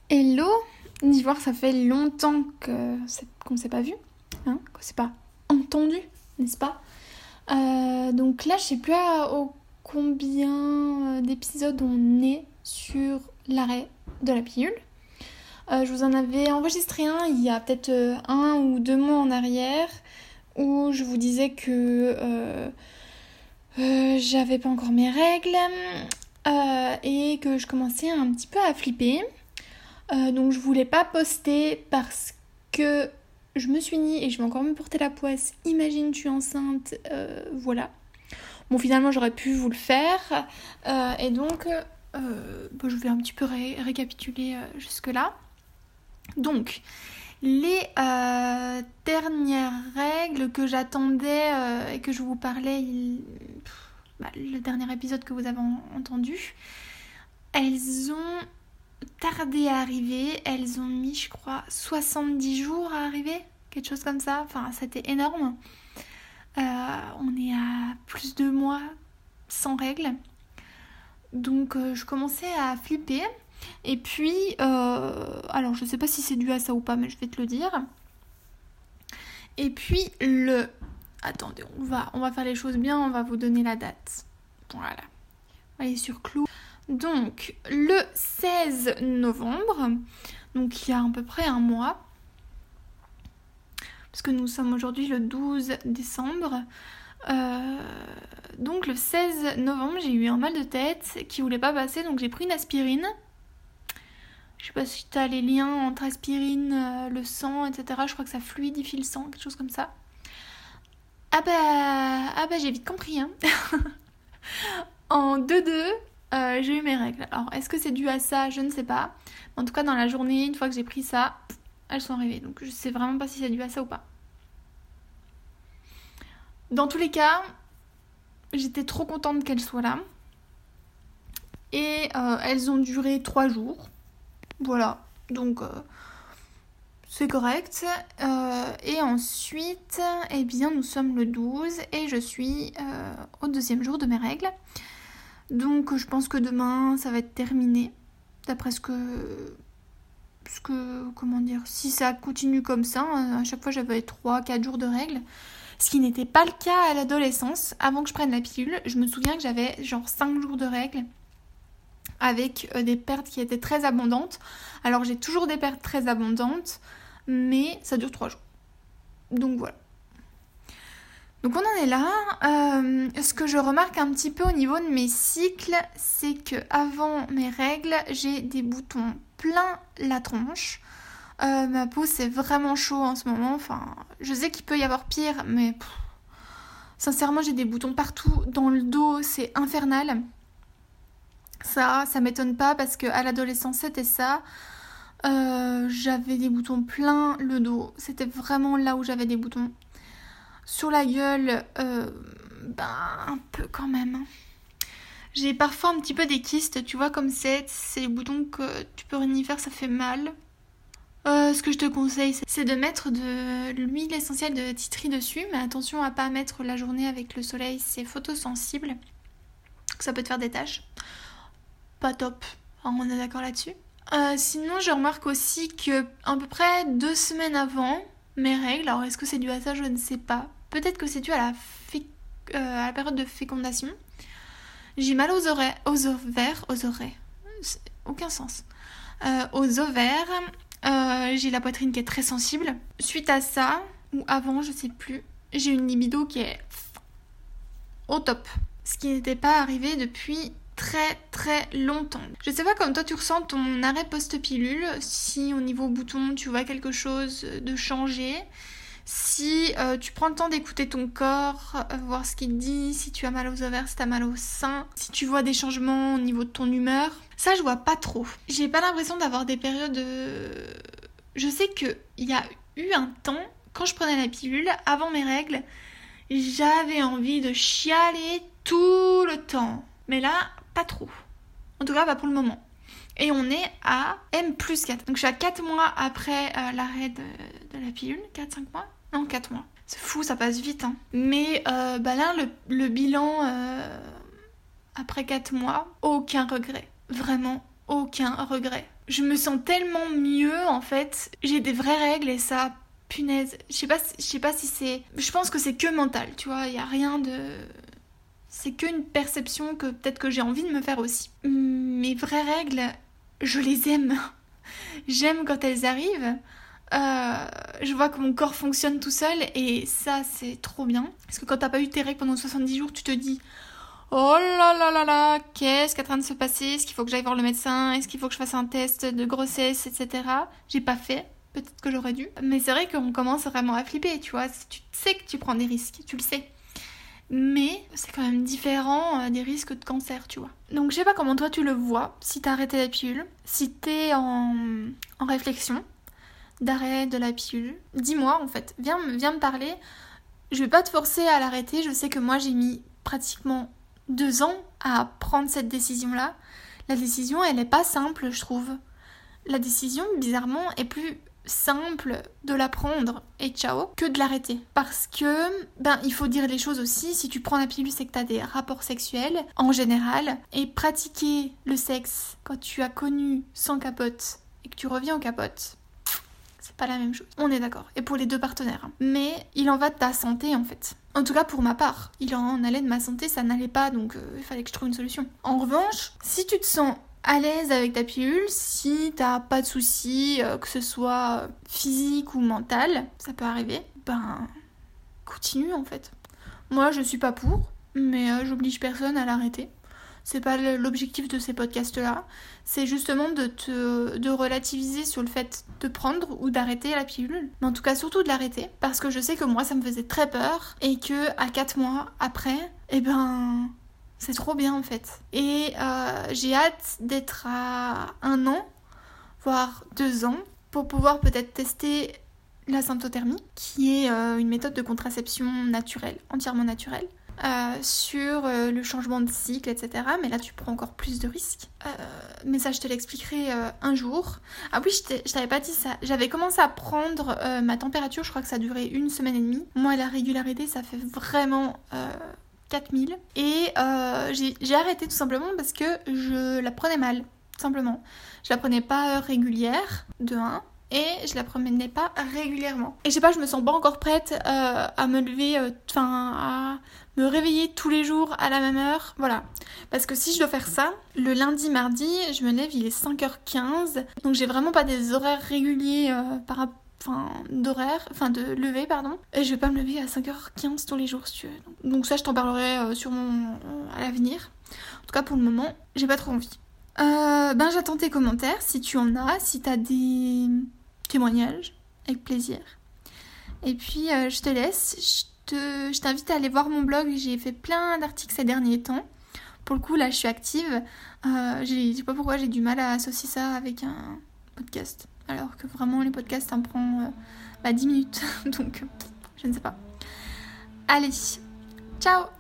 Hello, d'Ivoire, ça fait longtemps qu'on ne s'est pas vu, qu'on ne s'est pas entendu, n'est-ce pas? Donc là, je sais plus au combien d'épisodes on est sur l'arrêt de la pilule. Je vous en avais enregistré un il y a peut-être 1 ou 2 mois en arrière, où je vous disais que j'avais pas encore mes règles et que je commençais un petit peu à flipper. Donc je voulais pas poster parce que je me suis dit et je vais encore me porter la poisse. Imagine tu es enceinte, voilà. Bon, finalement j'aurais pu vous le faire et donc je vais un petit peu récapituler jusque là. Donc les dernières règles que j'attendais et que je vous parlais le dernier épisode que vous avez entendu, elles ont tardé à arriver. Elles ont mis, je crois, 70 jours à arriver, quelque chose comme ça. Enfin, c'était énorme. On est à plus de mois sans règles. Donc, je commençais à flipper. Et puis, alors, je sais pas si c'est dû à ça ou pas, mais je vais te le dire. Et puis, attendez, on va faire les choses bien, on va vous donner la date. Voilà. On va aller sur Clou. Donc, le 16 novembre, donc il y a à peu près un mois, parce que nous sommes aujourd'hui le 12 décembre, donc le 16 novembre, j'ai eu un mal de tête qui voulait pas passer, donc j'ai pris une aspirine. Je sais pas si tu as les liens entre aspirine, le sang, etc. Je crois que ça fluidifie le sang, quelque chose comme ça. Ah bah j'ai vite compris, hein. En 2-2, j'ai eu mes règles. Alors, est-ce que c'est dû à ça? Je ne sais pas. En tout cas, dans la journée, une fois que j'ai pris ça, elles sont arrivées. Donc, je sais vraiment pas si c'est dû à ça ou pas. Dans tous les cas, j'étais trop contente qu'elles soient là. Et elles ont duré 3 jours. Voilà. Donc, c'est correct. Et ensuite, eh bien, nous sommes le 12 et je suis au 2e jour de mes règles. Donc je pense que demain ça va être terminé. D'après comment dire, si ça continue comme ça, à chaque fois j'avais 3-4 jours de règles. Ce qui n'était pas le cas à l'adolescence. Avant que je prenne la pilule, je me souviens que j'avais genre 5 jours de règles. Avec des pertes qui étaient très abondantes. Alors j'ai toujours des pertes très abondantes, mais ça dure 3 jours. Donc voilà. Donc on en est là. Ce que je remarque un petit peu au niveau de mes cycles, c'est que avant mes règles, j'ai des boutons plein la tronche. Ma peau c'est vraiment chaud en ce moment. Enfin, je sais qu'il peut y avoir pire, mais sincèrement j'ai des boutons partout. Dans le dos, c'est infernal. Ça m'étonne pas parce qu'à l'adolescence c'était ça. J'avais des boutons plein le dos. C'était vraiment là où j'avais des boutons. Sur la gueule, un peu quand même. J'ai parfois un petit peu des kystes, tu vois, comme c'est les boutons que tu peux rien y faire, ça fait mal. Ce que je te conseille, c'est de mettre de l'huile essentielle de tea tree dessus, mais attention à pas mettre la journée avec le soleil, c'est photosensible. Ça peut te faire des taches. Pas top, on est d'accord là-dessus. Sinon, je remarque aussi que à peu près 2 semaines avant mes règles, alors est-ce que c'est dû à ça, je ne sais pas. Peut-être que c'est dû à la période de fécondation. J'ai mal aux ovaires, aucun sens. Aux ovaires, j'ai la poitrine qui est très sensible. Suite à ça, ou avant, je sais plus, j'ai une libido qui est au top. Ce qui n'était pas arrivé depuis très très longtemps. Je sais pas comme toi tu ressens ton arrêt post-pilule, si au niveau bouton tu vois quelque chose de changer. Si tu prends le temps d'écouter ton corps, voir ce qu'il te dit, si tu as mal aux ovaires, si tu as mal au sein, si tu vois des changements au niveau de ton humeur, ça je vois pas trop. J'ai pas l'impression d'avoir des périodes... Je sais qu'il y a eu un temps, quand je prenais la pilule, avant mes règles, j'avais envie de chialer tout le temps. Mais là, pas trop. En tout cas, pas pour le moment. Et on est à M+4. Donc je suis à 4 mois après l'arrêt de la pilule. 4-5 mois? Non, 4 mois. C'est fou, ça passe vite. Hein. Mais là, le bilan après 4 mois, aucun regret. Vraiment, aucun regret. je me sens tellement mieux en fait. J'ai des vraies règles et ça, punaise. Je sais pas si c'est... Je pense que c'est que mental, tu vois. Il y a rien de... C'est qu'une perception que peut-être que j'ai envie de me faire aussi. Mes vraies règles, je les aime. J'aime quand elles arrivent. Je vois que mon corps fonctionne tout seul et ça, c'est trop bien. Parce que quand t'as pas eu tes règles pendant 70 jours, tu te dis... Oh là là là là, qu'est-ce qui est en train de se passer? Est-ce qu'il faut que j'aille voir le médecin? Est-ce qu'il faut que je fasse un test de grossesse, etc. J'ai pas fait. Peut-être que j'aurais dû. Mais c'est vrai qu'on commence vraiment à flipper, tu vois. Tu sais que tu prends des risques, tu le sais. Mais c'est quand même différent des risques de cancer, tu vois. Donc je sais pas comment toi tu le vois, si t'as arrêté la pilule, si t'es en réflexion d'arrêt de la pilule. Dis-moi en fait, viens me parler. Je vais pas te forcer à l'arrêter, je sais que moi j'ai mis pratiquement 2 ans à prendre cette décision-là. La décision, elle est pas simple, je trouve. La décision, bizarrement, est plus simple de la prendre et ciao que de l'arrêter. Parce que, il faut dire les choses aussi, si tu prends la pilule, c'est que tu as des rapports sexuels en général, et pratiquer le sexe quand tu as connu sans capote et que tu reviens aux capotes, c'est pas la même chose. On est d'accord. Et pour les deux partenaires. Mais il en va de ta santé en fait. En tout cas pour ma part. Il en allait de ma santé, ça n'allait pas, donc il fallait que je trouve une solution. En revanche, si tu te sens à l'aise avec ta pilule, si t'as pas de soucis, que ce soit physique ou mental, ça peut arriver, continue en fait. Moi je suis pas pour, mais j'oblige personne à l'arrêter. C'est pas l'objectif de ces podcasts-là. C'est justement de relativiser sur le fait de prendre ou d'arrêter la pilule. Mais en tout cas, surtout de l'arrêter. Parce que je sais que moi, ça me faisait très peur. Et que à 4 mois après, c'est trop bien en fait. Et j'ai hâte d'être à 1 an, voire 2 ans, pour pouvoir peut-être tester la symptothermie, qui est une méthode de contraception naturelle, entièrement naturelle. Sur le changement de cycle, etc. Mais là, tu prends encore plus de risques. Mais ça, je te l'expliquerai un jour. Ah oui, je t'avais pas dit ça. J'avais commencé à prendre ma température, je crois que ça a duré 1 semaine et demie. Moi, la régularité, ça fait vraiment 4000. Et j'ai arrêté tout simplement parce que je la prenais mal, tout simplement. Je la prenais pas régulière, de 1. Et je la prenais pas régulièrement. Et je sais pas, je me sens pas encore prête à me lever, à me réveiller tous les jours à la même heure. Voilà. Parce que si je dois faire ça, le lundi, mardi, je me lève, il est 5h15. Donc j'ai vraiment pas des horaires réguliers de lever, pardon. Et je vais pas me lever à 5h15 tous les jours, si tu veux. Donc ça, je t'en parlerai à l'avenir. En tout cas, pour le moment, j'ai pas trop envie. J'attends tes commentaires, si tu en as, si t'as des témoignages, avec plaisir. Et puis, je te laisse. Je t'invite à aller voir mon blog. J'ai fait plein d'articles ces derniers temps. Pour le coup, là, je suis active. Je sais pas pourquoi j'ai du mal à associer ça avec un podcast. Alors que vraiment, les podcasts, ça me prend 10 minutes. Donc, je ne sais pas. Allez, ciao!